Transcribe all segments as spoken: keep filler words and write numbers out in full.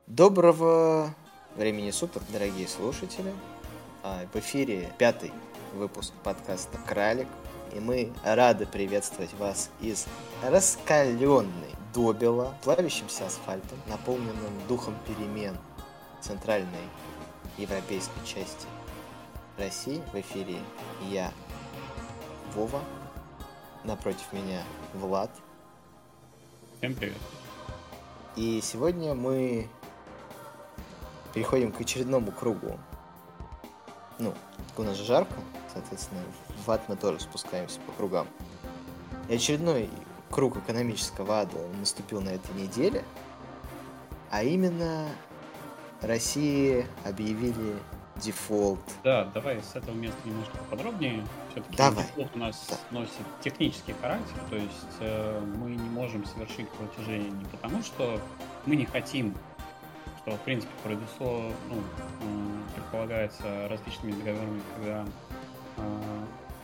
Доброго времени суток, дорогие слушатели. В эфире пятый выпуск подкаста «Кралик». И мы рады приветствовать вас из раскаленной добела, плавящимся асфальтом, наполненным духом перемен центральной европейской части России. В эфире я, Вова. Напротив меня Влад. Всем привет. И сегодня мы переходим к очередному кругу. Ну, у нас же жарко, соответственно, в ад мы тоже спускаемся по кругам. И очередной круг экономического ада наступил на этой неделе, а именно России объявили дефолт. Да, давай с этого места немножко подробнее. Все-таки Давай. дефолт у нас Да. носит технический характер, то есть э, мы не можем совершить платежи не потому, что мы не хотим, что в принципе произошло, ну, э, предполагается различными договорами, когда э,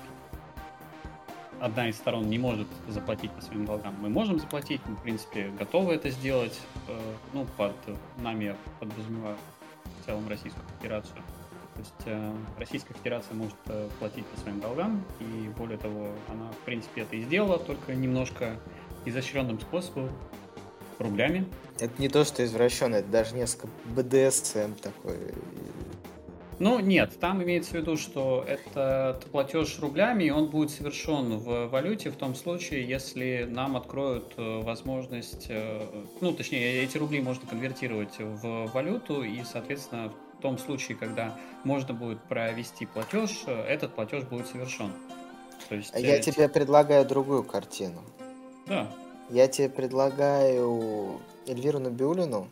одна из сторон не может заплатить по своим долгам. Мы можем заплатить, мы в принципе готовы это сделать, э, ну, под нами я подразумеваю в целом Российскую Федерацию. То есть э, Российская Федерация может э, платить по своим долгам, и более того, она в принципе это и сделала, только немножко изощренным способом, рублями. Это не то, что извращенно, это даже несколько бэ дэ эс эм такой. Ну, нет, там имеется в виду, что этот платеж рублями, и он будет совершен в валюте в том случае, если нам откроют э, возможность, э, ну, точнее, эти рубли можно конвертировать в валюту, и, соответственно, в том случае, когда можно будет провести платеж, э, этот платеж будет совершен. То есть, Я э, тебе предлагаю другую картину. Да, Я тебе предлагаю Эльвиру Набиуллину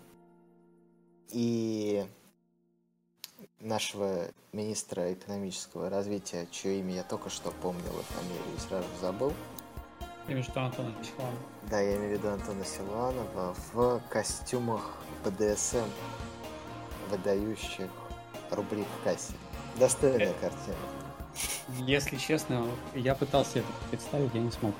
и нашего министра экономического развития, чье имя я только что помнил, и фамилию сразу забыл. я вижу, что Антон Силуанов. Да, я имею в виду Антона Силуанова в костюмах бэ дэ эс эм, выдающих рубли в кассе. Достойная Э. картина. Если честно, я пытался это представить, я не смог.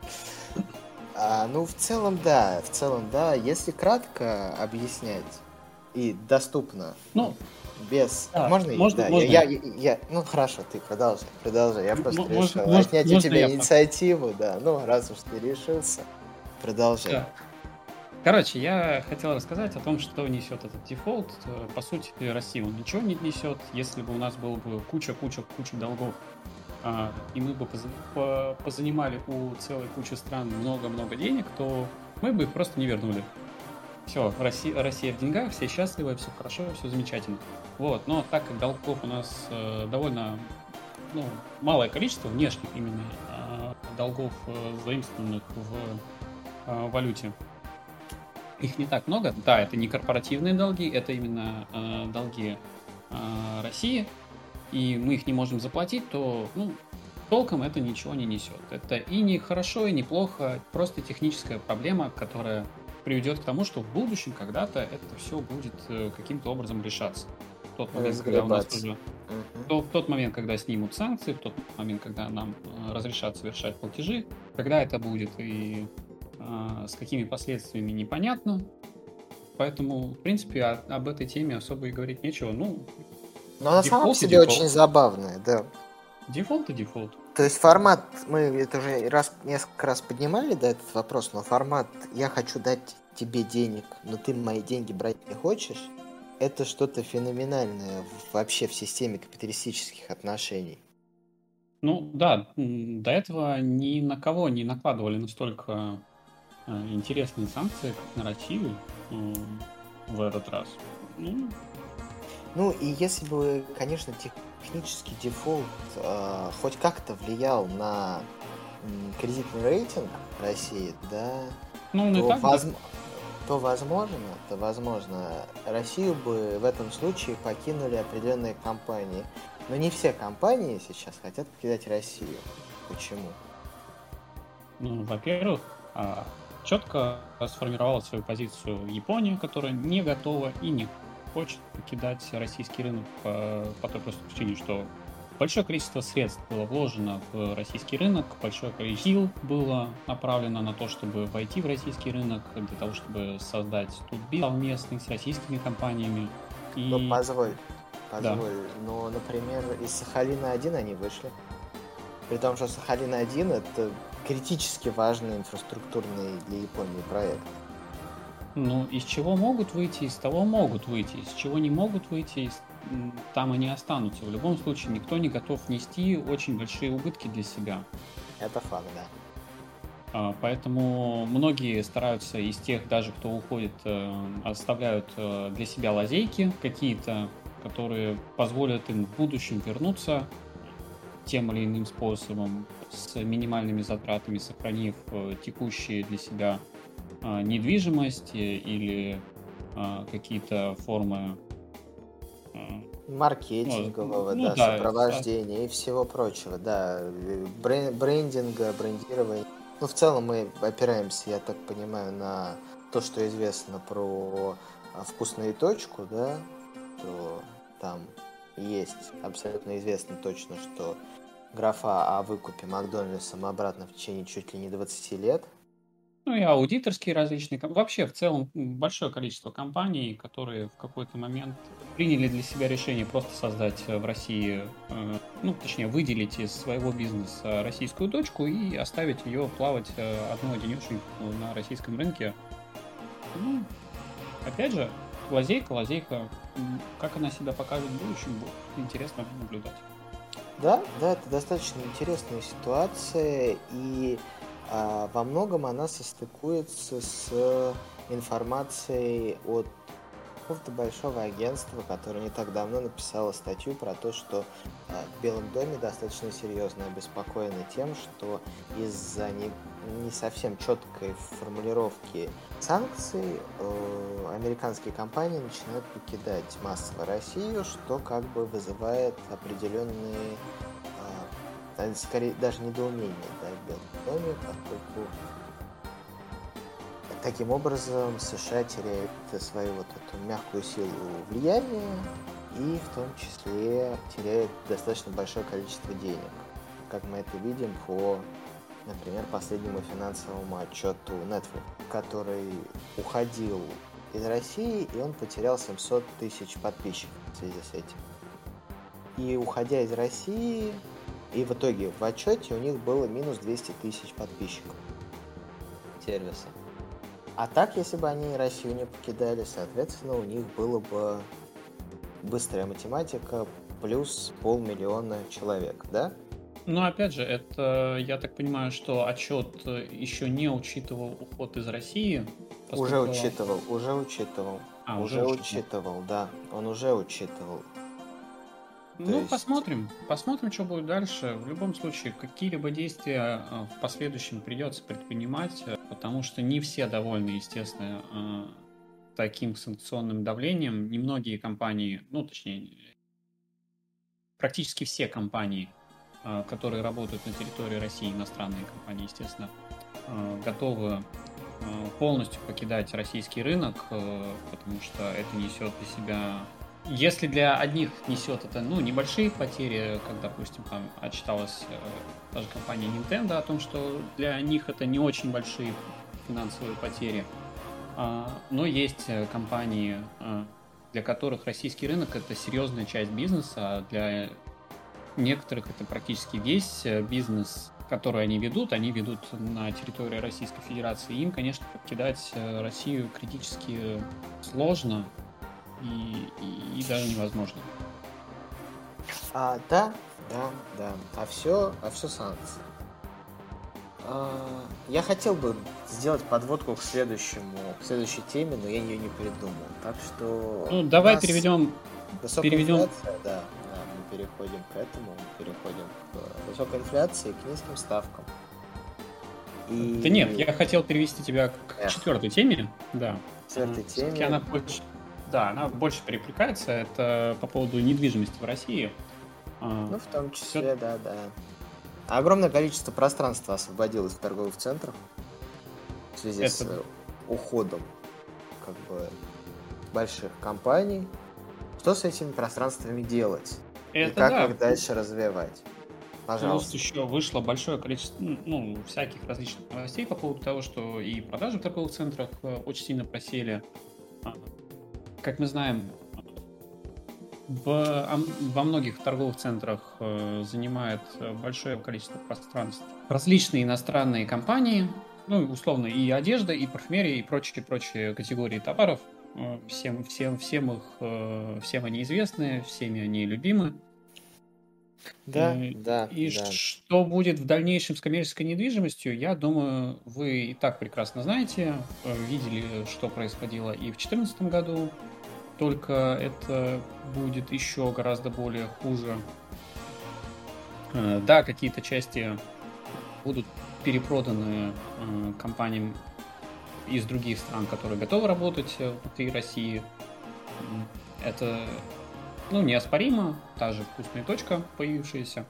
А, ну, в целом, да, в целом, да. Если кратко объяснять и доступно, Ну, без... да, можно? можно- да, можно я, я? я, я- Ну, хорошо, ты продолжай, продолжай. Я М- просто можно- решил можно- отнять у можно тебя я? инициативу, да. Ну, раз уж ты решился, продолжай. Да. Короче, я хотел рассказать о том, что несет этот дефолт. Э, По сути, Россия он ничего не несет. Если бы у нас было бы куча-куча-куча долгов, а, и мы бы поза- по- позанимали у целой кучи стран много-много денег, то мы бы их просто не вернули. Все, Россия, Россия в деньгах, все счастливы, все хорошо, все замечательно. Вот, но так как долгов у нас э, довольно, ну, малое количество внешних именно а, долгов, э, заимствованных в э, валюте, их не так много. Да, это не корпоративные долги, это именно э, долги э, России, и мы их не можем заплатить, то, ну, толком это ничего не несет. Это и не хорошо, и не плохо, просто техническая проблема, которая приведет к тому, что в будущем когда-то это все будет э, каким-то образом решаться. В тот момент, когда у нас Разгребаться. уже Мгм. то в тот момент, когда снимут санкции, в тот момент, когда нам э, разрешат совершать платежи, когда это будет и э, с какими последствиями непонятно. Поэтому, в принципе, о- об этой теме особо и говорить нечего. Ну, Но на самом дефолт и себе дефолт. очень забавная, да. Дефолт и дефолт. То есть формат, мы это уже раз, несколько раз поднимали, да, этот вопрос, но формат «я хочу дать тебе денег, но ты мои деньги брать не хочешь», это что-то феноменальное в- вообще в системе капиталистических отношений. Ну да, м, до этого ни на кого не накладывали настолько э, интересные санкции, как на Россию м, в этот раз. Ну, Ну и если бы, конечно, технический дефолт э, хоть как-то влиял на м, кредитный рейтинг России, да, ну он и то, так, возм- то возможно, то возможно, Россию бы в этом случае покинули определенные компании. Но не все компании сейчас хотят покидать Россию. Почему? ну, во-первых, а, четко сформировала свою позицию Япония, которая не готова и не хочет покидать российский рынок по, по той простой причине, что большое количество средств было вложено в российский рынок, большое количество сил было направлено на то, чтобы войти в российский рынок, для того, чтобы создать тут бизнес совместный с российскими компаниями. Ну, И позволь, да, позволь. Но, например, из Сахалина один они вышли. При том, что Сахалин один это критически важный инфраструктурный для Японии проект. ну, из чего могут выйти, из того могут выйти, из чего не могут выйти, из- м, там они останутся. В любом случае, никто не готов нести очень большие убытки для себя. Это факт, да. А, Поэтому многие стараются из тех, даже кто уходит, э, оставляют э, для себя лазейки какие-то, которые позволят им в будущем вернуться тем или иным способом с минимальными затратами, сохранив э, текущие для себя а, недвижимость э, или а, какие-то формы, а, ну, Маркетингового, ну да, да, со- сопровождения и всего прочего, да, э, брен- брендинга, брендирования. Ну, в целом мы опираемся, я так понимаю, на то, что известно про а, вкусную точку, да, то там есть абсолютно известно точно, что графа о выкупе Макдональдсом обратно в течение чуть ли не двадцати лет. ну и аудиторские различные, ком- вообще в целом м, большое количество компаний, которые в какой-то момент приняли для себя решение просто создать э, в России, э, ну, точнее, выделить из своего бизнеса российскую дочку и оставить ее плавать э, одну одинешеньку на российском рынке. Ну, опять же, лазейка, лазейка. М, Как она себя покажет в будущем, будет интересно наблюдать. Да, да, это достаточно интересная ситуация, и а, во многом она состыкуется с информацией от какого-то большого агентства, которое не так давно написало статью про то, что а, в Белом доме достаточно серьезно обеспокоены тем, что из-за не, не совсем четкой формулировки санкций э, американские компании начинают покидать массово Россию, что как бы вызывает определенные, а, а, скорее даже недоумение, да, в Белом доме, поскольку таким образом США теряет свою вот эту мягкую силу влияния и в том числе теряет достаточно большое количество денег, как мы это видим по, например, последнему финансовому отчету Netflix, который уходил из России, и он потерял семьсот тысяч подписчиков в связи с этим. И уходя из России, и в итоге в отчете у них было минус двести тысяч подписчиков сервиса. А так, если бы они Россию не покидали, соответственно, у них было бы быстрая математика плюс полмиллиона человек, да? Но опять же, это, я так понимаю, что отчет еще не учитывал уход из России, Уже поскольку... учитывал, уже учитывал, А, уже уже учитывал. учитывал, да, он уже учитывал. То Ну, есть, посмотрим. Посмотрим, что будет дальше. В любом случае, какие-либо действия э, в последующем придется предпринимать, э, потому что не все довольны, естественно, э, таким санкционным давлением. Немногие компании, ну, точнее, практически все компании, э, которые работают на территории России, иностранные компании, естественно, э, готовы э, полностью покидать российский рынок, э, потому что это несет для себя... Если для одних несет это, ну, небольшие потери, как, допустим, там отчиталась э, даже компания Nintendo о том, что для них это не очень большие финансовые потери, а, но есть э, компании, э, для которых российский рынок это серьезная часть бизнеса, а для некоторых это практически весь э, бизнес, который они ведут, они ведут на территории Российской Федерации. Им, конечно, покидать э, Россию критически сложно и, и, и даже невозможно. а, да, да, да, а все, а все санкции. А, я хотел бы сделать подводку к следующему, к следующей теме, но я ее не придумал. Так что Ну, у давай нас переведем, высокая переведем. инфляция, да, да, мы переходим к этому, мы переходим к высокой инфляции, к низким ставкам. И Да нет, я хотел перевести тебя к Эх. четвертой теме. Да. к четвертой Всё-таки теме. она больше, да, она больше перекликается. Это по поводу недвижимости в России. А, Ну, в том всё- числе, да, да. Огромное количество пространства освободилось в торговых центрах в связи с Это- э, уходом как бы больших компаний. Что с этими пространствами делать? И Это как да. их дальше развивать. Плюс Пожалуйста. еще вышло большое количество, ну, всяких различных новостей по поводу того, что и продажи в торговых центрах э, очень сильно просели. А, Как мы знаем, в, ам- во многих торговых центрах э, занимает э, большое количество пространств различные иностранные компании, ну, условно, и одежда, и парфюмерия, и прочие-прочие категории товаров. Э, Всем, всем, всем их, э, всем они известны, всеми они любимы. Да, Э, да, И да. что будет в дальнейшем с коммерческой недвижимостью, я думаю, вы и так прекрасно знаете, э, видели, что происходило и в две тысячи четырнадцатом году, только это будет еще гораздо более хуже. Э, Да, какие-то части будут перепроданы э, компаниям из других стран, которые готовы работать э, внутри России. М, Это, ну, неоспоримо, та же вкусная точка появившаяся.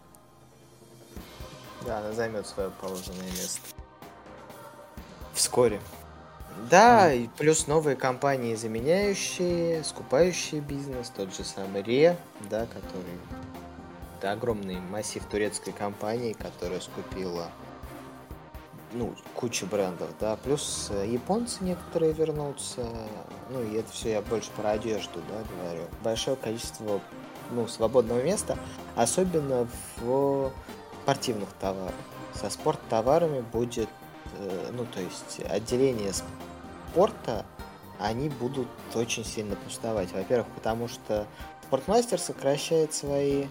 Да, она займет свое положенное место. Вскоре. Да, и плюс новые компании, заменяющие, скупающие бизнес, тот же самый Ре, да, который... Это огромный массив турецкой компании, которая скупила, ну, кучу брендов, да, плюс э, японцы некоторые вернутся, ну, и это все я больше про одежду, да, говорю. Большое количество, ну, свободного места, особенно в спортивных товарах. Со спорттоварами будет, э, ну, то есть отделение спорта, они будут очень сильно пустовать. Во-первых, потому что Спортмастер сокращает свои, м,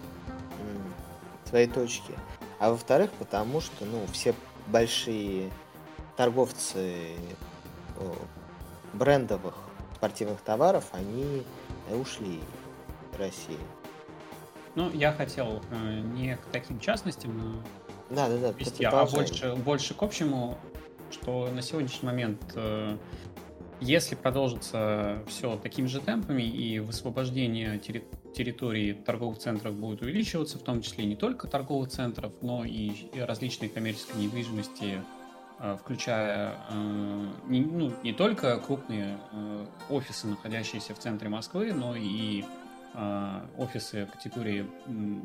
свои точки. А во-вторых, потому что, ну, все большие торговцы о, брендовых спортивных товаров, они ушли из России. Ну, я хотел э, не к таким частностям э, Да, да, да, ты вести, а продолжай. больше, больше к общему, что на сегодняшний момент, э, если продолжится все такими же темпами и высвобождение терри- территории торговых центров будет увеличиваться, в том числе не только торговых центров, но и, и различной коммерческой недвижимости, э, включая э, не, ну, не только крупные э, офисы, находящиеся в центре Москвы, но и э, офисы категории м,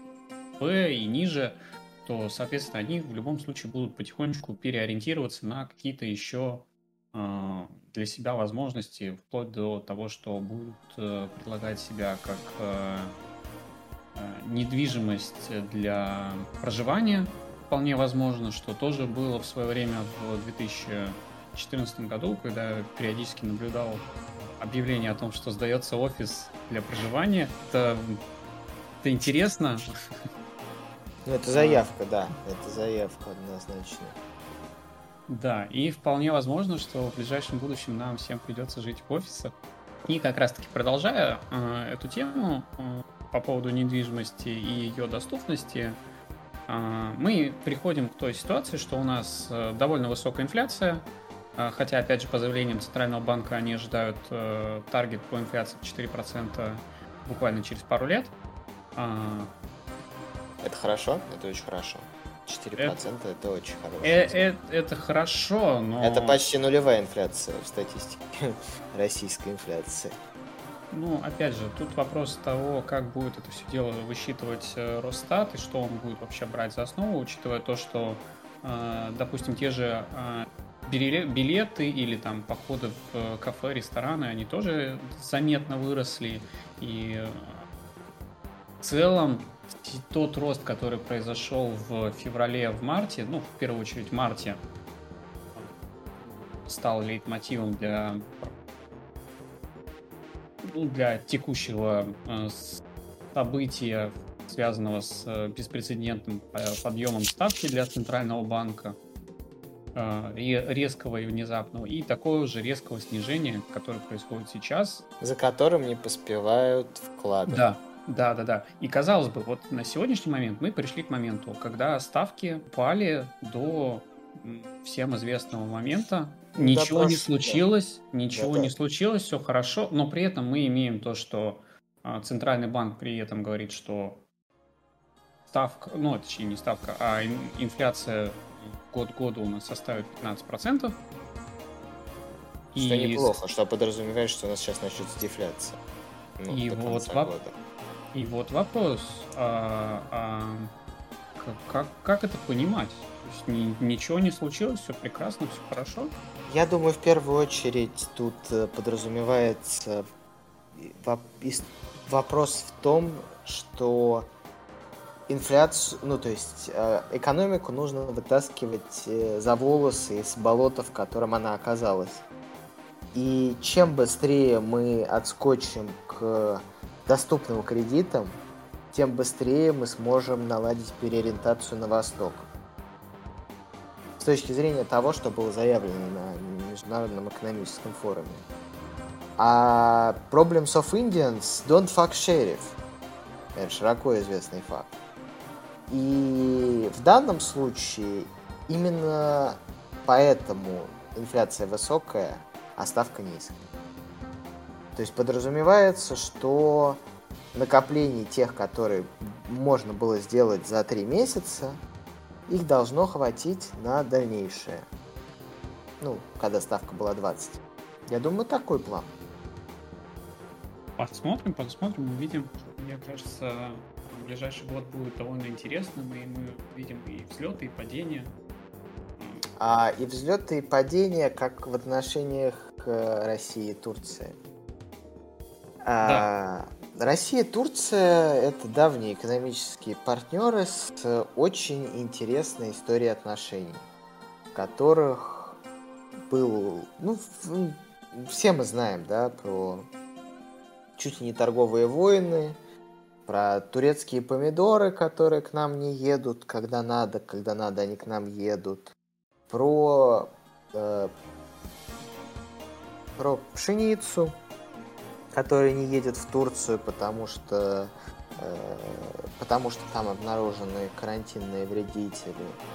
Б и ниже, то, соответственно, они в любом случае будут потихонечку переориентироваться на какие-то еще э, для себя возможности, вплоть до того, что будут э, предлагать себя как э, э, недвижимость для проживания, вполне возможно, что тоже было в свое время в две тысячи четырнадцатом году, когда я периодически наблюдал объявление о том, что сдается офис для проживания. Это, это интересно. Ну, это заявка, да, это заявка однозначно. Да, и вполне возможно, что в ближайшем будущем нам всем придется жить в офисах. И как раз-таки продолжая э, эту тему э, по поводу недвижимости и ее доступности, э, мы приходим к той ситуации, что у нас э, довольно высокая инфляция, э, хотя, опять же, по заявлениям Центрального банка они ожидают э, таргет по инфляции в четыре процента буквально через пару лет. Э, Это хорошо, это очень хорошо. четыре процента это, это очень хорошо. э, э, это хорошо, но... Это почти нулевая инфляция в статистике российской инфляции. Ну, опять же, тут вопрос того, как будет это все дело высчитывать э, Росстат и что он будет вообще брать за основу, учитывая то, что, э, допустим, те же э, биле- билеты или там походы в э, кафе, рестораны, они тоже заметно выросли. И э, в целом т- тот рост, который произошел в феврале, в марте, ну, в первую очередь в марте, стал лейтмотивом для ну, для текущего э, события, связанного с э, беспрецедентным э, подъемом ставки для Центрального банка, э, ре- резкого и внезапного, и такого же резкого снижения, которое происходит сейчас. За которым не поспевают вклады. Да, да, да, да. И казалось бы, вот на сегодняшний момент мы пришли к моменту, когда ставки упали до м, всем известного момента. Ну, Ничего да, не прош- случилось, ничего да, не да. случилось, все хорошо, но при этом мы имеем то, что а, Центральный банк при этом говорит, что ставка, ну, точнее не ставка, а ин- инфляция год к году у нас составит пятнадцать процентов. Что И, с- неплохо, что подразумевает, что у нас сейчас начнется дефляция. Ну, и до вот конца воп- года. И вот вопрос, а, а как, как, как это понимать? То есть ни- ничего не случилось, все прекрасно, все хорошо? Я думаю, в первую очередь тут э, подразумевается и воп- ис- вопрос в том, что инфляцию, ну то есть э, экономику нужно вытаскивать э, за волосы из болота, в котором она оказалась. И чем быстрее мы отскочим к доступным кредитам, тем быстрее мы сможем наладить переориентацию на восток. С точки зрения того, что было заявлено на Международном экономическом форуме. А problems of Indians don't fuck sheriff. Это широко известный факт. И в данном случае именно поэтому инфляция высокая, а ставка низкая. То есть подразумевается, что накоплений тех, которые можно было сделать за три месяца, их должно хватить на дальнейшее. Ну, когда ставка была двадцать. Я думаю, такой план. Посмотрим, посмотрим, увидим. Мне кажется, ближайший год будет довольно интересным, и мы видим и взлеты, и падения. А, и взлеты и падения, как в отношениях к России и Турции. А, да. Россия и Турция — это давние экономические партнеры с очень интересной историей отношений, в которых был, ну, все мы знаем, да, про чуть ли не торговые войны, про турецкие помидоры, которые к нам не едут, когда надо, когда надо, они к нам едут, про, э, про пшеницу, которая не едет в Турцию, потому что, э, потому что там обнаружены карантинные вредители,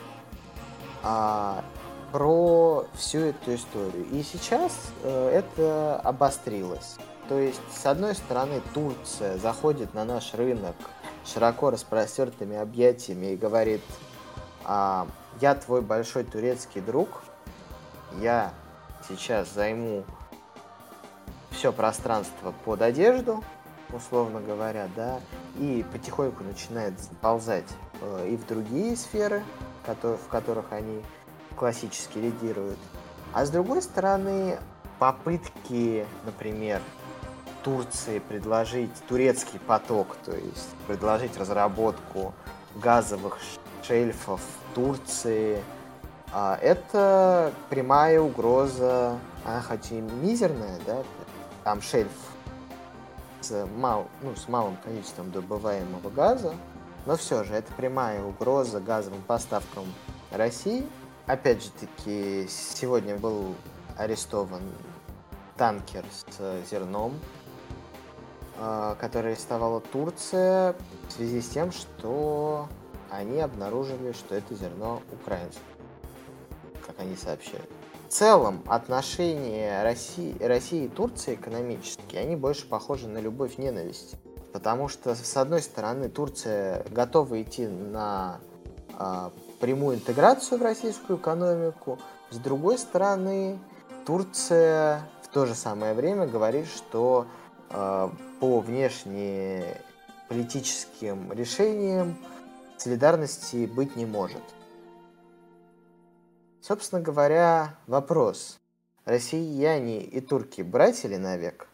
а про всю эту историю. И сейчас э, это обострилось. То есть, с одной стороны, Турция заходит на наш рынок широко распростертыми объятиями и говорит: а, я твой большой турецкий друг, я сейчас займу все пространство под одежду, условно говоря, да, и потихоньку начинает заползать э, и в другие сферы, которые, в которых они классически лидируют. А с другой стороны, попытки, например, Турции предложить турецкий поток, то есть предложить разработку газовых шельфов Турции, это прямая угроза, она хоть и мизерная, да, там шельф с, мал, ну, с малым количеством добываемого газа, но все же это прямая угроза газовым поставкам России. Опять же таки, сегодня был арестован танкер с зерном, который арестовала Турция в связи с тем, что они обнаружили, что это зерно украинское, как они сообщают. В целом, отношения России, России и Турции экономические, они больше похожи на любовь-ненависть. Потому что, с одной стороны, Турция готова идти на э, прямую интеграцию в российскую экономику, с другой стороны, Турция в то же самое время говорит, что э, по внешнеполитическим решениям солидарности быть не может. Собственно говоря, вопрос: россияне и турки братья ли навек?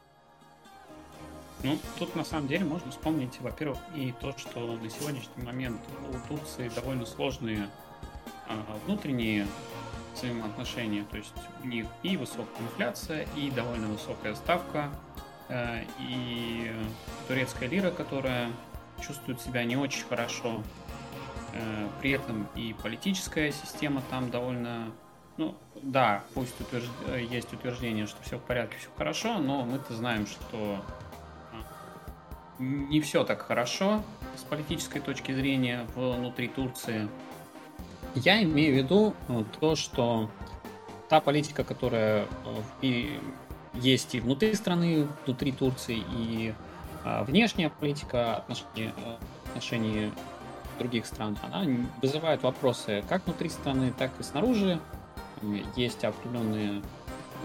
Ну, тут на самом деле можно вспомнить, во-первых, и то, что на сегодняшний момент у Турции довольно сложные а, внутренние взаимоотношения, то есть у них и высокая инфляция, и довольно высокая ставка, а, и турецкая лира, которая чувствует себя не очень хорошо. При этом и политическая система там довольно... Ну, да, пусть утвержд... есть утверждение, что все в порядке, все хорошо, но мы-то знаем, что не все так хорошо с политической точки зрения внутри Турции. Я имею в виду то, что та политика, которая и есть и внутри страны, внутри Турции, и внешняя политика отношений, отношений других стран, она вызывает вопросы как внутри страны, так и снаружи. Есть определенные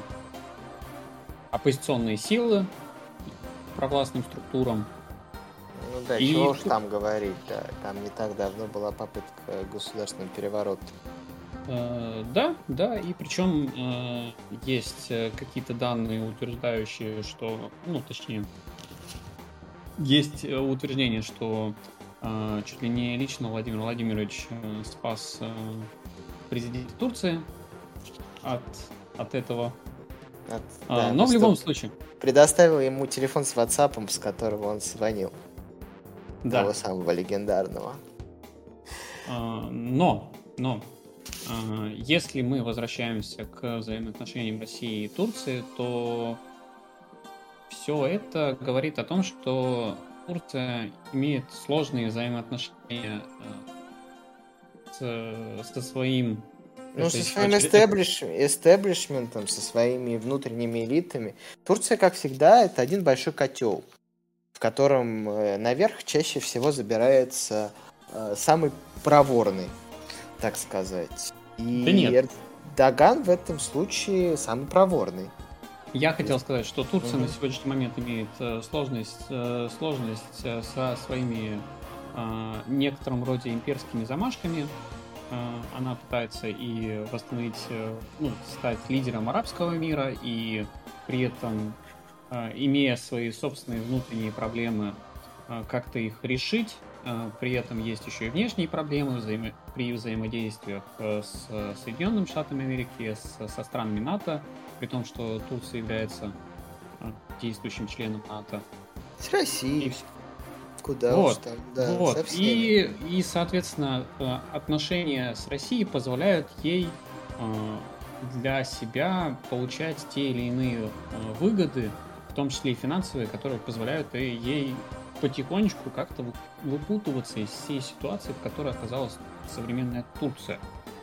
оппозиционные силы провластным структурам. Ну да, И чего уж тут- там говорить, да. Там не так давно была попытка государственного переворота. э, да, да, и причем э, есть э, какие-то данные, утверждающие, что, ну, точнее, есть э, утверждение, что э, чуть ли не лично Владимир Владимирович э, спас э, президента Турции от, от этого. От- А, да, но в выступ- любом случае, Предоставил ему телефон с WhatsApp, с которого он звонил. да. Того самого легендарного. А, но, но, а, если мы возвращаемся к взаимоотношениям России и Турции, то все это говорит о том, что Турция имеет сложные взаимоотношения э, с- со своим, Ну, это со еще своим очер- эстеблиш... эстеблишментом, со своими внутренними элитами. Турция, как всегда, это один большой котел, в котором э, наверх чаще всего забирается э, самый проворный, так сказать. Да И нет. Эрдоган в этом случае самый проворный. Я хотел сказать, что Турция Мгм. на сегодняшний момент имеет э, сложность, э, сложность э, со своими э, некотором роде имперскими замашками. Э, она пытается и восстановить, э, ну, стать лидером арабского мира, и при этом, э, имея свои собственные внутренние проблемы, э, как-то их решить. Э, При этом есть еще и внешние проблемы взаимо- при взаимодействиях э, с э, Соединенными Штатами Америки, с- со странами НАТО, при том, что Турция является э, действующим членом НАТО. С И Россией. вс- Куда уж вот, там, да, вот. со всеми. И, и, соответственно, э, отношения с Россией позволяют ей э, для себя получать те или иные э, выгоды, в том числе и финансовые, которые позволяют и ей потихонечку как-то вы- выпутываться из всей ситуации, в которой оказалась современная Турция.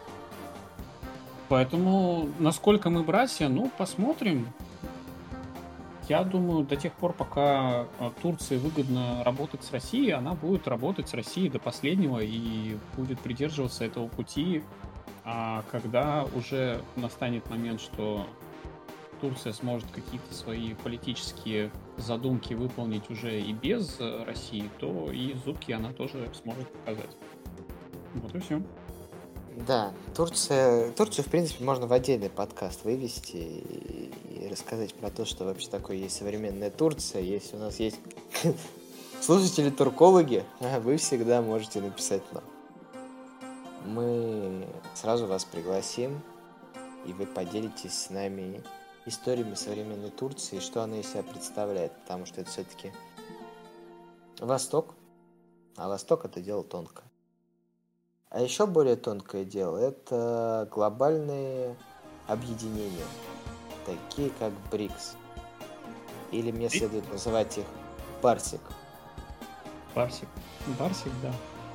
Поэтому, насколько мы братья, ну, посмотрим. Я думаю, до тех пор, пока э, Турции выгодно работать с Россией, она будет работать с Россией до последнего и будет придерживаться этого пути. А когда уже настанет момент, что Турция сможет какие-то свои политические задумки выполнить уже и без э, России, то и зубки она тоже сможет показать. Вот и все. Да, Турция, Турцию, в принципе, можно в отдельный подкаст вывести и, и рассказать про то, что вообще такое есть современная Турция. Если у нас есть слушатели-туркологи, вы всегда можете написать нам. Мы сразу вас пригласим, и вы поделитесь с нами историями современной Турции, что она из себя представляет, потому что это все-таки Восток, а Восток это дело тонкое. А еще более тонкое дело – это глобальные объединения, такие как БРИКС. Или мне следует называть их Барсик. Барсик. Барсик, да.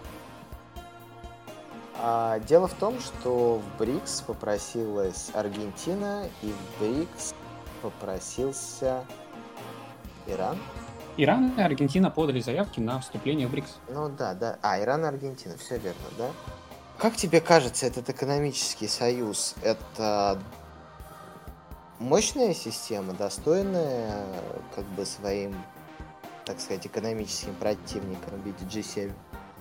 А дело в том, что в БРИКС попросилась Аргентина, и в БРИКС попросился Иран. Иран и Аргентина подали заявки на вступление в БРИКС. Ну да, да. А, Иран и Аргентина, все верно, да? Как тебе кажется, этот экономический союз, это мощная система, достойная как бы своим, так сказать, экономическим противникам в виде джи семь?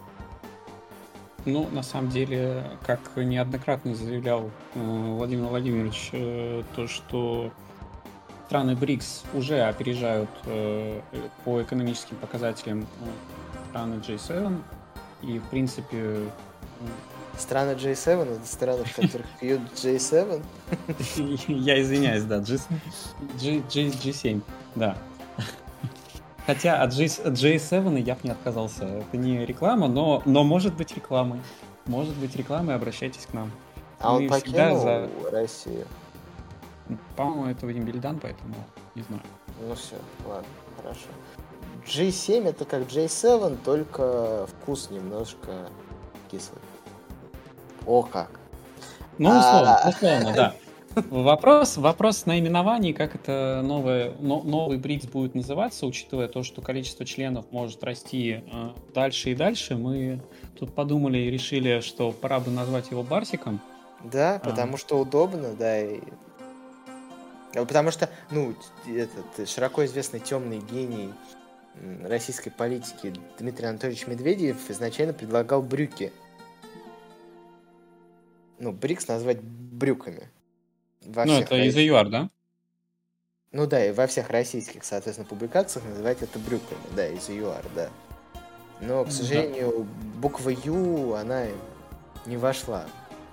Ну, на самом деле, как неоднократно заявлял э, Владимир Владимирович, э, то, что страны БРИКС уже опережают э, по экономическим показателям э, страны джей семь, и, в принципе, э, Страны джей семь — это страны, в которых пьют джей семь? я извиняюсь, да, джи семь, да. Хотя от джей семь я бы не отказался. Это не реклама, но, но может быть рекламой. Может быть рекламой, обращайтесь к нам. А он Мы всегда покинул за... Россию? По-моему, это Вадим Бельдан, поэтому не знаю. Ну все, ладно, хорошо. джи семь это как джей семь, только вкус немножко кислый. О как! Ну, условно, А. условно, да. Вопрос, вопрос наименований, как это новое, но- новый БРИКС будет называться, учитывая то, что количество членов может расти э, дальше и дальше. Мы тут подумали и решили, что пора бы назвать его Барсиком. Да, А. потому что удобно, да, и... А Потому что, ну, этот широко известный темный гений российской политики Дмитрий Анатольевич Медведев изначально предлагал брюки. Ну, БРИКС назвать брюками. Во Ну, всех это из российских... ЮАР, да? Ну да, и во всех российских, соответственно, публикациях называть это брюками, да, из ЮАР, да. Но, к Да. сожалению, буква Ю, она не вошла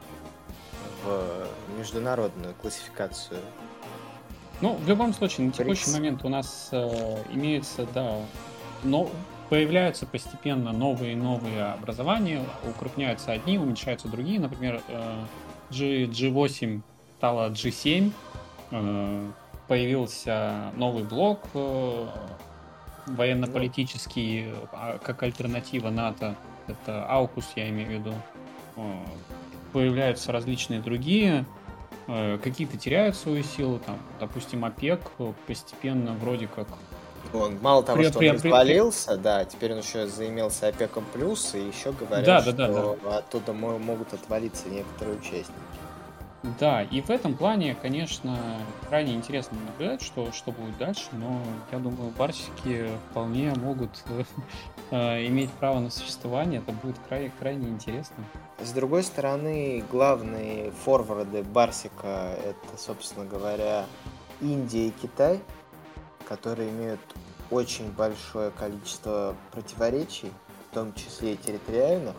в международную классификацию. Ну, в любом случае, на текущий БРИКС. момент у нас э, имеется, да, но появляются постепенно новые и новые образования, укрупняются одни, уменьшаются другие. Например, э, G, джи восемь стала джи семь, э, появился новый блок э, Ну, военно-политический, а, как альтернатива НАТО. Это AUKUS, я имею в виду. Э, Появляются различные другие. Э, Какие-то теряют свою силу, там, допустим, ОПЕК э, постепенно вроде как он мало того, пре- что он пре- пре- пре- развалился, да, теперь он еще заимелся ОПЕКом плюс, и еще говорят, Да, да, да, да. что оттуда мо- могут отвалиться некоторые участники. Да, и в этом плане, конечно, крайне интересно наблюдать, что, что будет дальше, но я думаю, барсики вполне могут э, э, иметь право на существование, это будет край, крайне интересно. С другой стороны, главные форварды Барсика это, собственно говоря, Индия и Китай, которые имеют очень большое количество противоречий, в том числе и территориальных.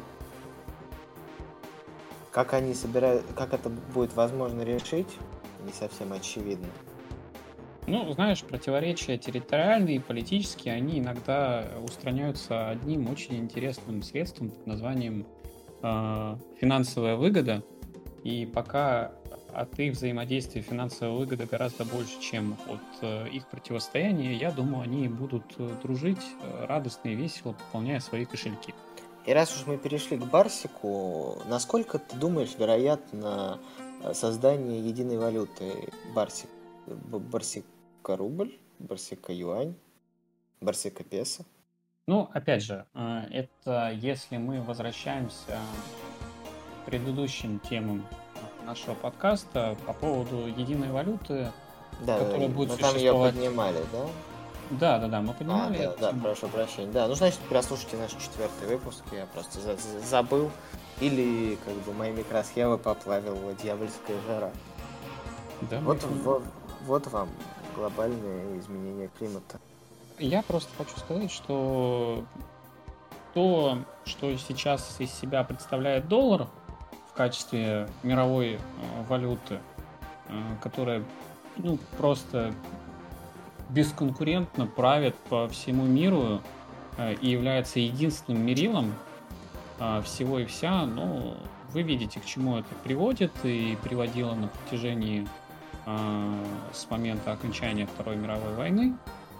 Как они собирают, как это будет возможно решить, не совсем очевидно. Ну, знаешь, противоречия территориальные и политические, они иногда устраняются одним очень интересным средством под названием э, финансовая выгода. И пока от их взаимодействия финансовая выгода гораздо больше, чем от э, их противостояния, я думаю, они будут э, дружить э, радостно и весело, пополняя свои кошельки. И раз уж мы перешли к Барсику, насколько ты думаешь, вероятно э, создание единой валюты Барсик? Б- Барсика рубль, Барсика юань, Барсика песо? Ну, опять же, э, это если мы возвращаемся к предыдущим темам нашего подкаста по поводу единой валюты, Да, которая будет мы там ее существовать. поднимали, да? Да, да, да, мы А, поднимали да, эту да, тему. прошу прощения. Да, ну значит, прослушайте наш четвертый выпуск, я просто за- за- забыл. Или, как бы, мои микросхемы поплавила дьявольская жара. Да, мы Вот, понимаем. во- вот вам глобальное изменение климата. Я просто хочу сказать, что то, что сейчас из себя представляет доллар в качестве мировой э, валюты, э, которая ну, просто бесконкурентно правит по всему миру э, и является единственным мерилом э, всего и вся, ну, вы видите, к чему это приводит и приводило на протяжении э, с момента окончания Второй мировой войны.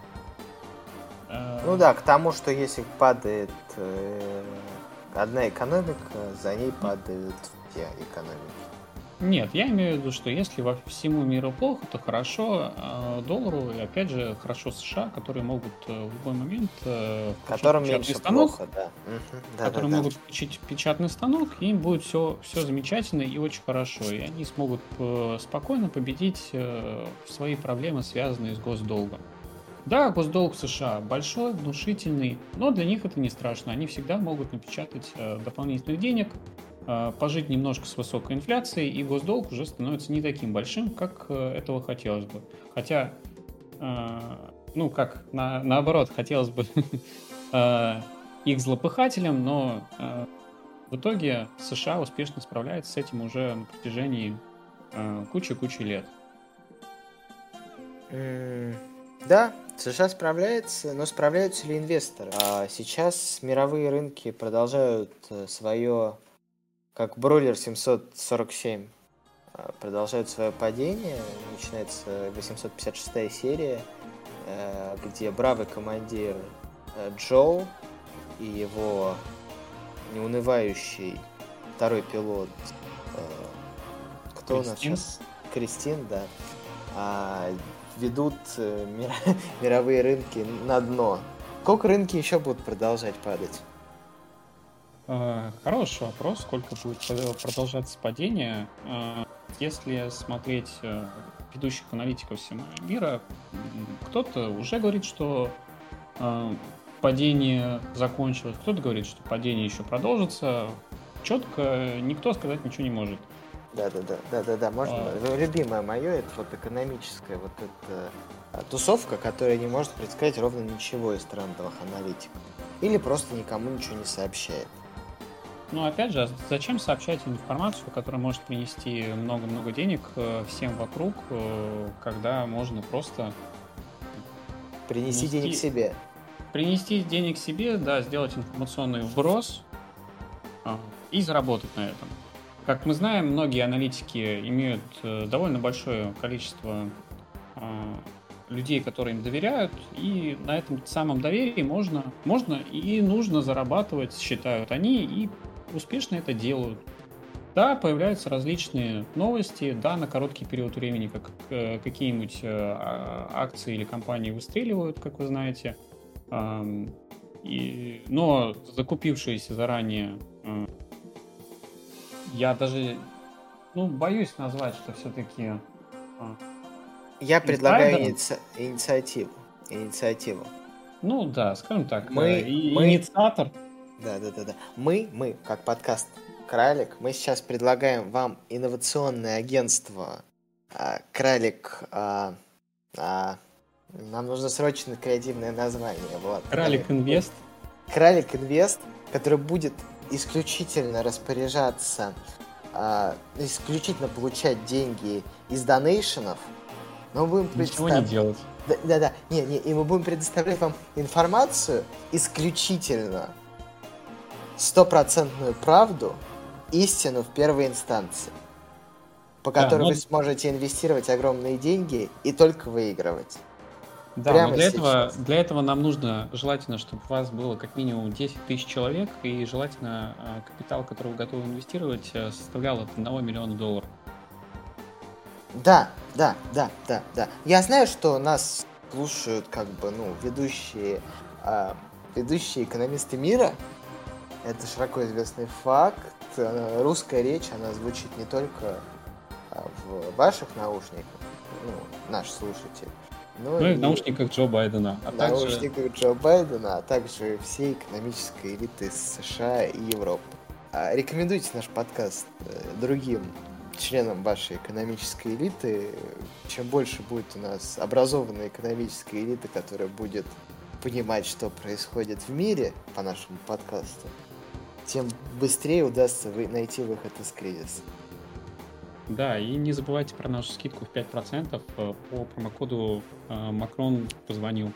Э, Ну да, к тому, что если падает э, одна экономика, за ней падают все экономики. Нет, я имею в виду, что если во всему миру плохо, то хорошо э, доллару, и опять же хорошо США, которые могут э, в любой момент э, включить Которым печатный меньше станок, плохо, да. Мгм, да, которые да, да. могут включить печатный станок, и им будет все, все замечательно и очень хорошо, и они смогут э, спокойно победить э, свои проблемы, связанные с госдолгом. Да, госдолг США большой, внушительный, но для них это не страшно. Они всегда могут напечатать э, дополнительных денег, э, пожить немножко с высокой инфляцией, и госдолг уже становится не таким большим, как э, этого хотелось бы. Хотя, э, ну, как на, наоборот, хотелось бы э, их злопыхателям, но э, в итоге США успешно справляется с этим уже на протяжении э, кучи-кучи лет. М, Да, США справляется, но справляются ли инвесторы? А сейчас мировые рынки продолжают свое, как бройлер семьсот сорок семь, а, продолжают свое падение. Начинается восемьсот пятьдесят шестая серия, э, где бравый командир э, Джоу и его неунывающий второй пилот, э, кто у нас Кристин? сейчас? Кристин, да. а, ведут э, мира- мировые рынки на дно. Сколько рынки еще будут продолжать падать? Э, Хороший вопрос, сколько будет про- продолжаться падение. Э, Если смотреть э, ведущих аналитиков всего мира, м, кто-то уже говорит, что э, падение закончилось, кто-то говорит, что падение еще продолжится. Четко никто сказать ничего не может. Да-да-да, да-да-да, можно. А, Любимое мое, это вот экономическая вот эта а, тусовка, которая не может предсказать ровно ничего из трендовых аналитиков. Или просто никому ничего не сообщает. Ну, опять же, а зачем сообщать информацию, которая может принести много-много денег э, всем вокруг, э, когда можно просто Принеси денег принести, себе. принести денег себе, да, сделать информационный вброс а, и заработать на этом. Как мы знаем, многие аналитики имеют э, довольно большое количество а, людей, которые им доверяют, и на этом самом доверии можно, можно и нужно зарабатывать, считают они, и успешно это делают. Да, появляются различные новости, да, на короткий период времени, как э, какие-нибудь э, а- акции или компании выстреливают, как вы знаете, Ам, и, но закупившиеся заранее, э, я даже, ну, боюсь назвать, что все-таки Я предлагаю инсайдером, иници- инициативу. Инициативу. ну да, скажем так, э, Мы, и- мы, инициатор. да-да-да-да. Мы, мы, как подкаст Кралик, мы сейчас предлагаем вам инновационное агентство а, Кралик. а, а, нам нужно срочно креативное название. Вот. Давай. Кралик Инвест. Кралик Инвест, который будет исключительно распоряжаться, а, исключительно получать деньги из донейшенов, но мы будем Ничего не представлять. делать. Да-да, не, не, и мы будем предоставлять вам информацию исключительно стопроцентную правду, истину в первой инстанции, по Да, которой но, вы сможете инвестировать огромные деньги и только выигрывать. да, но Прямо для этого, сейчас. для этого нам нужно желательно, чтобы у вас было как минимум десять тысяч человек, и желательно э, капитал, который вы готовы инвестировать, э, составлял от одного миллиона долларов. Да, да, да, да, да. Я знаю, что нас слушают как бы, ну, ведущие, а, ведущие экономисты мира. Это широко известный факт. Э, Русская речь, она звучит не только а, в ваших наушниках, ну, наш слушатель, но Ну и и в наушниках Джо Байдена, а в также наушниках Джо Байдена, а также всей экономической элиты США и Европы. А, Рекомендуйте наш подкаст э, другим членам вашей экономической элиты. Чем больше будет у нас образованной экономической элиты, которая будет понимать, что происходит в мире по нашему подкасту, тем быстрее удастся вы- найти выход из кризиса. да, и не забывайте про нашу скидку в пять процентов э, по промокоду э, Макрон позвонил.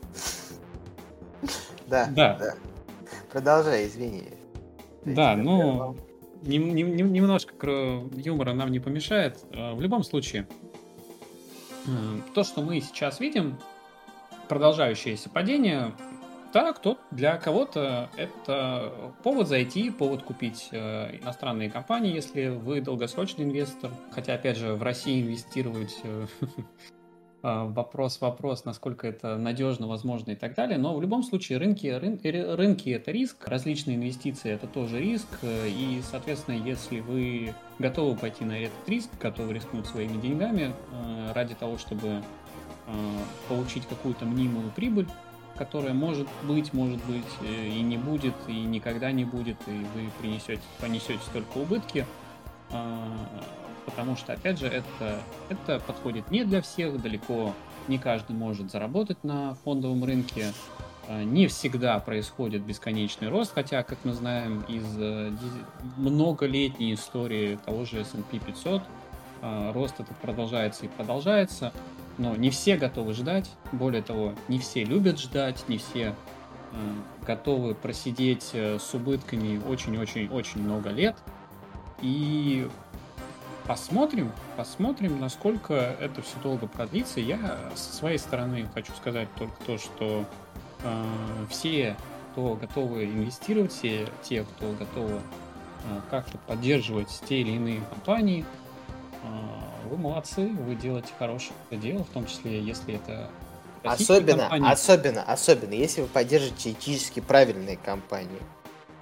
Да, Да, да. Продолжай, извини. Я да, тебя ну, прервал. нем- нем- нем- немножко кро- юмора нам не помешает. Э, В любом случае, э, то, что мы сейчас видим, продолжающееся падение, да, кто для кого-то это повод зайти, повод купить э, иностранные компании, если вы долгосрочный инвестор. Хотя, опять же, в России инвестировать э, а, вопрос, вопрос, насколько это надежно, возможно и так далее. Но в любом случае рынки, рын- ры- рынки это риск, различные инвестиции это тоже риск. э, И, соответственно, если вы готовы пойти на этот риск, готовы рискнуть своими деньгами э, ради того, чтобы э, получить какую-то мнимую прибыль, которая может быть, может быть э, и не будет, и никогда не будет, и вы принесете, понесете только убытки, а, потому что, опять же, это, это подходит не для всех, далеко не каждый может заработать на фондовом рынке, а, не всегда происходит бесконечный рост, хотя, как мы знаем из э, диз- многолетней истории того же эс энд пи пятьсот, а, рост этот продолжается и продолжается, но не все готовы ждать, более того, не все любят ждать, не все э, готовы просидеть э, с убытками очень-очень-очень много лет, и посмотрим, посмотрим, насколько это все долго продлится. Я со своей стороны хочу сказать только то, что э, все, кто готовы инвестировать, все те, кто готовы э, как-то поддерживать те или иные компании, э, вы молодцы, вы делаете хорошее дело, в том числе, если это российские Особенно, компании. особенно, особенно, если вы поддержите этически правильные компании.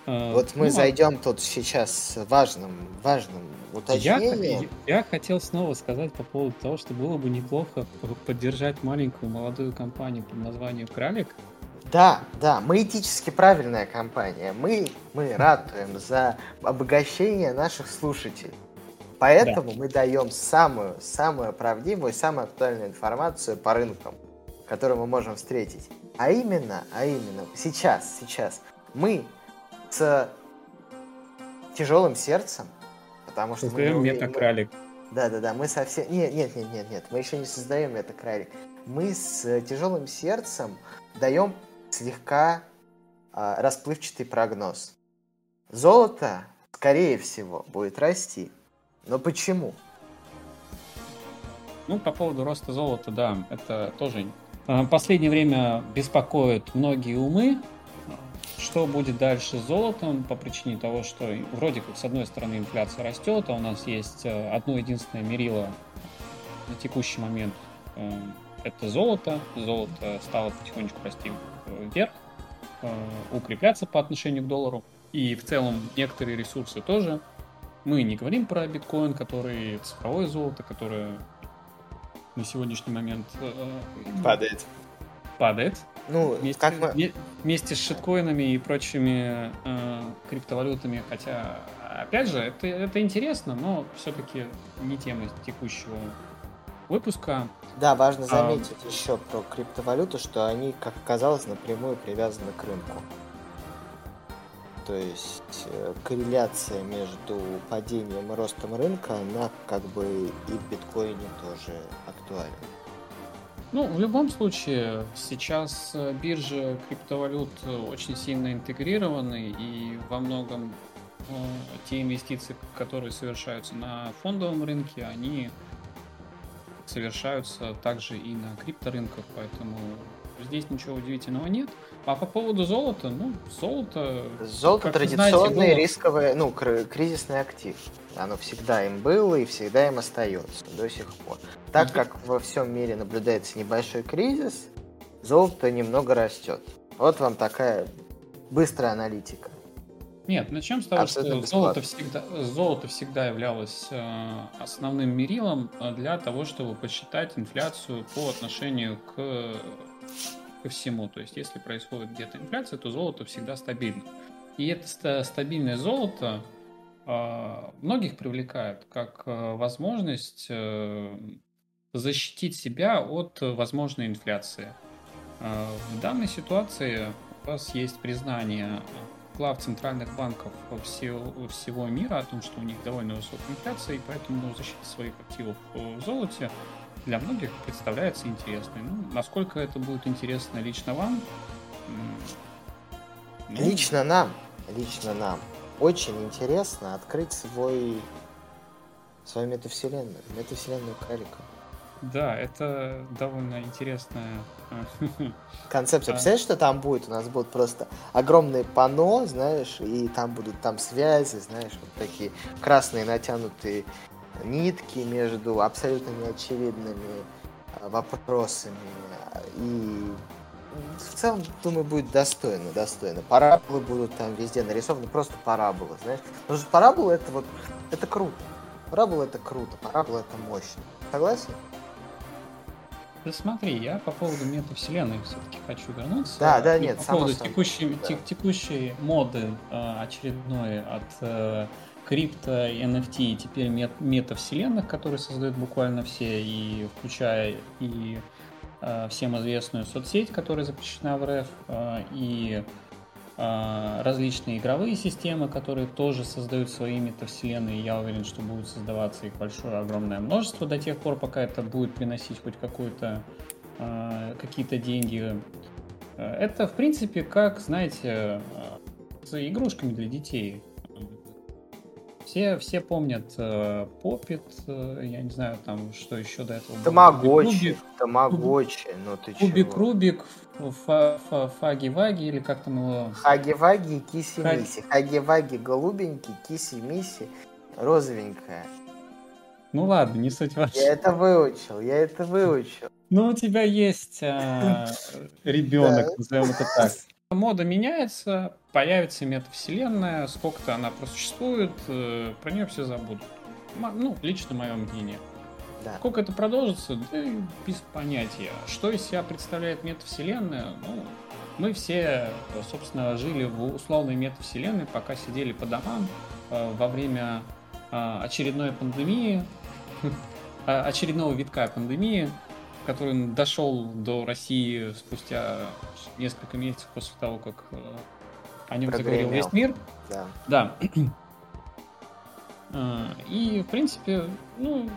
Э, Вот мы Ну, а зайдем тут сейчас с важным, важным я, х- уточнением. я хотел снова сказать по поводу того, что было бы неплохо п- поддержать маленькую молодую компанию под названием Кралик. Да, да, мы этически правильная компания. Мы, мы ратуем за обогащение наших слушателей. Да. Поэтому мы даем самую, самую правдивую, самую актуальную информацию по рынкам, которую мы можем встретить. А именно, а именно, сейчас, сейчас мы с тяжелым сердцем, потому что мы не Создаем умеем... мы- мета-кралик. Да-да-да, мы совсем... Нет, нет, нет, нет, нет, мы еще не создаем это кралик. Мы с тяжелым сердцем даем слегка а, расплывчатый прогноз. Золото, скорее всего, будет расти. Но почему? Ну, по поводу роста золота, да, это тоже э, в последнее время беспокоит многие умы. Что будет дальше с золотом по причине того, что вроде как с одной стороны инфляция растет, а у нас есть э, одно единственное мерило на текущий момент. э, Это золото. Золото стало потихонечку расти э, вверх, э, укрепляться по отношению к доллару. И в целом некоторые ресурсы тоже. Мы не говорим про биткоин, который цифровое золото, которое на сегодняшний момент э, Падает. падает Ну, вместе, как мы... вме- вместе с шиткоинами и прочими э, криптовалютами. Хотя, опять же, это, это интересно, но все-таки не тема текущего выпуска. Да, важно А, заметить еще про криптовалюту, что они, как оказалось, напрямую привязаны к рынку. То есть э, корреляция между падением и ростом рынка, она как бы и в биткоине тоже актуальна. Ну, в любом случае, сейчас э, биржи криптовалют э, очень сильно интегрированы, и во многом э, те инвестиции, которые совершаются на фондовом рынке, они совершаются также и на крипторынках, поэтому здесь ничего удивительного нет. А по поводу золота, ну, золото, Золото как вы знаете, традиционный было... рисковый, ну, кр- кризисный актив. Оно всегда им было и всегда им остается до сих пор. Так Ну, как во всем мире наблюдается небольшой кризис, золото немного растет. Вот вам такая быстрая аналитика. Нет, начнем с того, Абсолютно что золото бесплатно. всегда, золото всегда являлось э, основным мерилом э, для того, чтобы посчитать инфляцию по отношению к, ко всему. То есть, если происходит где-то инфляция, то золото всегда стабильно. И это ста- стабильное золото э, многих привлекает как э, возможность э, защитить себя от э, возможной инфляции. Э, В данной ситуации у вас есть признание глав центральных банков всего, всего мира о том, что у них довольно высокая инфляция, и поэтому защита своих активов в золоте для многих представляется интересной. Ну, насколько это будет интересно лично вам? м, Ну, Лично нам, лично нам очень интересно открыть свой, свою метавселенную, метавселенную кролика. да, это довольно интересная... э, Концепция. а, Представляешь, что там будет? У нас будут просто огромные панно, знаешь, и там будут там связи, знаешь, вот такие красные натянутые нитки между абсолютно неочевидными а, вопросами. И в целом, думаю, будет достойно, достойно. Параболы будут там везде нарисованы, просто параболы, знаешь. Потому что парабола это вот, это круто. Парабола это круто, парабола это мощно. Согласен? Да смотри, я по поводу метавселенной все-таки хочу вернуться. Да, да, И нет, по само поводу собой. текущей, Да. те- текущей моды э, очередной от э, крипто, эн эф ти и теперь мет- метавселенных, которые создают буквально все, и включая и э, всем известную соцсеть, которая запрещена в эр эф, э, и э, различные игровые системы, которые тоже создают свои метавселенные. Я уверен, что будут создаваться их большое, огромное множество до тех пор, пока это будет приносить хоть какую-то э, какие-то деньги. Э, Это, в принципе, как, знаете, э, с игрушками для детей. Все, все помнят э, Поппит, э, я не знаю, там, что еще до этого было. Тамагочи, Кубик, тамагочи, ну ты Кубик, чего? Рубик, фа- фа- Фаги-Ваги, или как там его... Хаги-ваги и Ха- киси-миси. Хаги-ваги голубенький, киси-миси розовенькая. Ну ладно, не суть Я важно. это выучил, я это выучил. Ну, у тебя есть а, Да. ребенок, назовем это так. мода меняется, появится метавселенная, сколько-то она просуществует, э, про нее все забудут. М- Ну, лично мое мнение. Да. Сколько это продолжится, да и без понятия. Что из себя представляет метавселенная? Ну, мы все, э, собственно, жили в условной метавселенной, пока сидели по домам э, во время э, очередной пандемии, а, очередного витка пандемии, который дошел до России спустя несколько месяцев после того, как э, о нем заговорил Прогремел. весь мир. Да. Да. Э, И, в принципе, ну,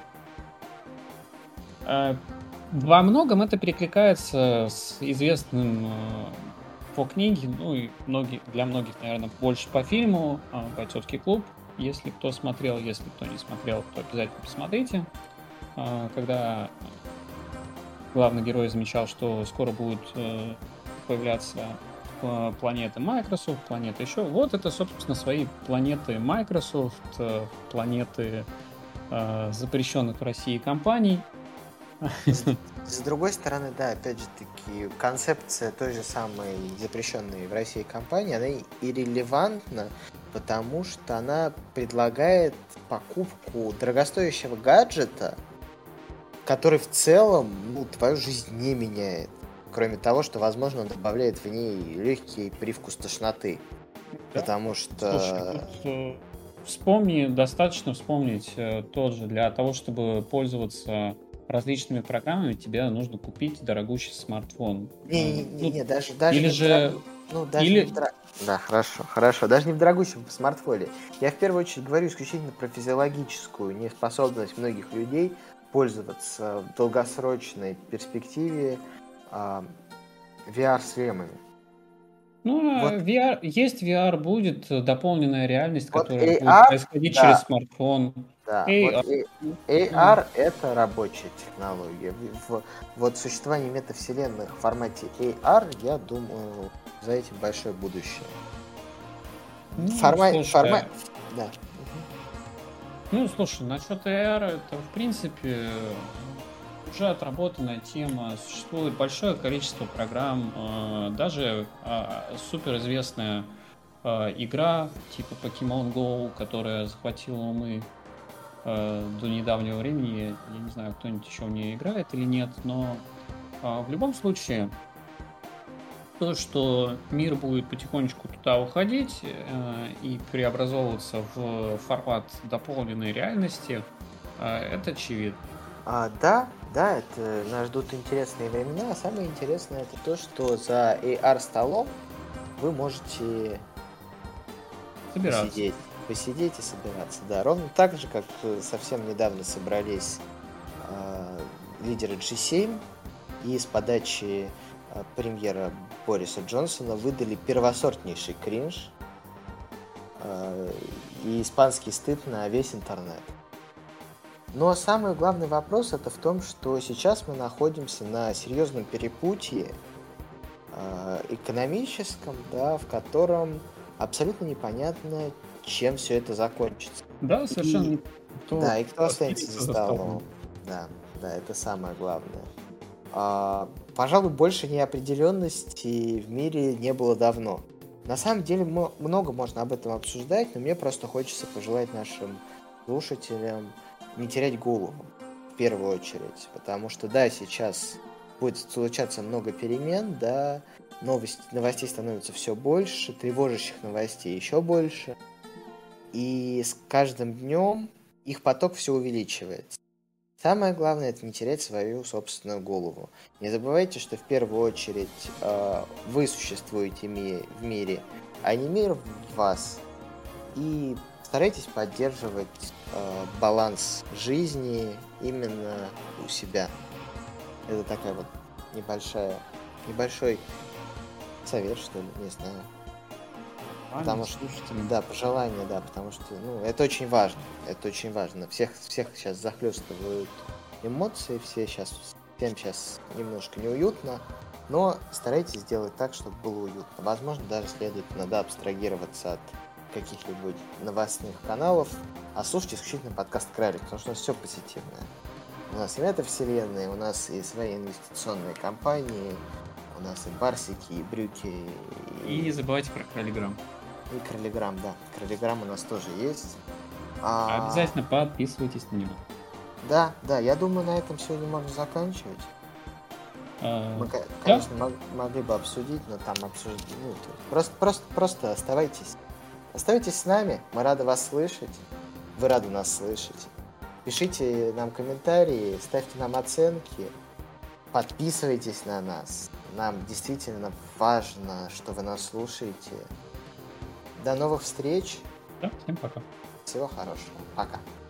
э, во многом это перекликается с известным э, по книге, ну и многие, для многих, наверное, больше по фильму э, «Бойцовский клуб». Если кто смотрел, если кто не смотрел, то обязательно посмотрите. Э, Когда главный герой замечал, что скоро будут э, появляться э, планеты Microsoft, планеты еще. Вот это, собственно, свои планеты Microsoft, э, планеты э, запрещенных в России компаний. С, с другой стороны, да, опять же таки, концепция той же самой запрещенной в России компании, она и релевантна, потому что она предлагает покупку дорогостоящего гаджета, который в целом, ну, твою жизнь не меняет. Кроме того, что, возможно, он добавляет в ней легкий привкус тошноты. Да. Потому Слушай, что... тут э, вспомни, достаточно вспомнить э, тот же, для того, чтобы пользоваться различными программами, тебе нужно купить дорогущий смартфон. Э, Не-не-не, ну, даже, даже или не в же, дорогу- Ну, даже или, не в дора- Да, хорошо, хорошо. Даже не в дорогущем смартфоне. Я в первую очередь говорю исключительно про физиологическую неспособность многих людей пользоваться в долгосрочной перспективе а, ви ар-шлемами. ну, Вот, а ви ар, есть ви ар, будет э, дополненная реальность, вот которая будет эй ар, происходить через да, смартфон. да, вот эй ар, э- ну, эй ну, ар это рабочая технология. В, в- вот существование метавселенных в формате эй ар, я думаю, за этим большое будущее. ну, Формат, формат, слушай, да. Ну, слушай, насчет эй ар, это, в принципе, уже отработанная тема. Существует большое количество программ, э, даже э, суперизвестная э, игра типа Pokemon Go, которая захватила умы э, до недавнего времени. Я не знаю, кто-нибудь еще в нее играет или нет, но э, в любом случае, то, что мир будет потихонечку туда уходить э, и преобразовываться в формат дополненной реальности, э, это очевидно. А, да, да, это нас ждут интересные времена. А самое интересное это то, что за эй ар-столом вы можете Собираться. посидеть. Посидеть и собираться. Да, ровно так же, как э, совсем недавно собрались э, лидеры джи семь и с подачи э, премьера Бориса Джонсона выдали первосортнейший кринж э, и испанский стыд на весь интернет. Но самый главный вопрос это в том, что сейчас мы находимся на серьезном перепутье э, экономическом, да, в котором абсолютно непонятно, чем все это закончится. Да, совершенно И, не кто да, и кто останется за за столом. Да, да, это самое главное. А, пожалуй, больше неопределенности в мире не было давно. На самом деле мо- много можно об этом обсуждать, но мне просто хочется пожелать нашим слушателям не терять голову в первую очередь, потому что да, сейчас будет случаться много перемен, да, новости, новостей становится все больше, тревожащих новостей еще больше, и с каждым днем их поток все увеличивается. Самое главное это не терять свою собственную голову. Не забывайте, что в первую очередь э, вы существуете ми- в мире, а не мир в вас. И старайтесь поддерживать э, баланс жизни именно у себя. Это такая вот небольшая, небольшой совет, что ли, не знаю. Потому что, слушателям. да, пожелание, да, потому что, ну, это очень важно, это очень важно. Всех, всех сейчас захлестывают эмоции, все сейчас, всем сейчас немножко неуютно, но старайтесь сделать так, чтобы было уютно. Возможно, даже следует иногда абстрагироваться от каких-либо новостных каналов, а слушать исключительно подкаст Кралик, потому что у нас все позитивное. У нас и метавселенная, у нас и свои инвестиционные компании, У нас и барсики, и брюки, И не забывайте про Кролиграм. и кролиграм, да. Кролиграм у нас тоже есть. А А, обязательно подписывайтесь на него. да, да, я думаю, на этом сегодня можно заканчивать. А, Мы, ко- да, конечно, мог- могли бы обсудить, но там обсуждать. Ну, то есть просто, просто, просто оставайтесь. Оставайтесь с нами, мы рады вас слышать. Вы рады нас слышать. Пишите нам комментарии, ставьте нам оценки, подписывайтесь на нас. Нам действительно важно, что вы нас слушаете. До новых встреч. да, всем пока. Всего хорошего. Пока.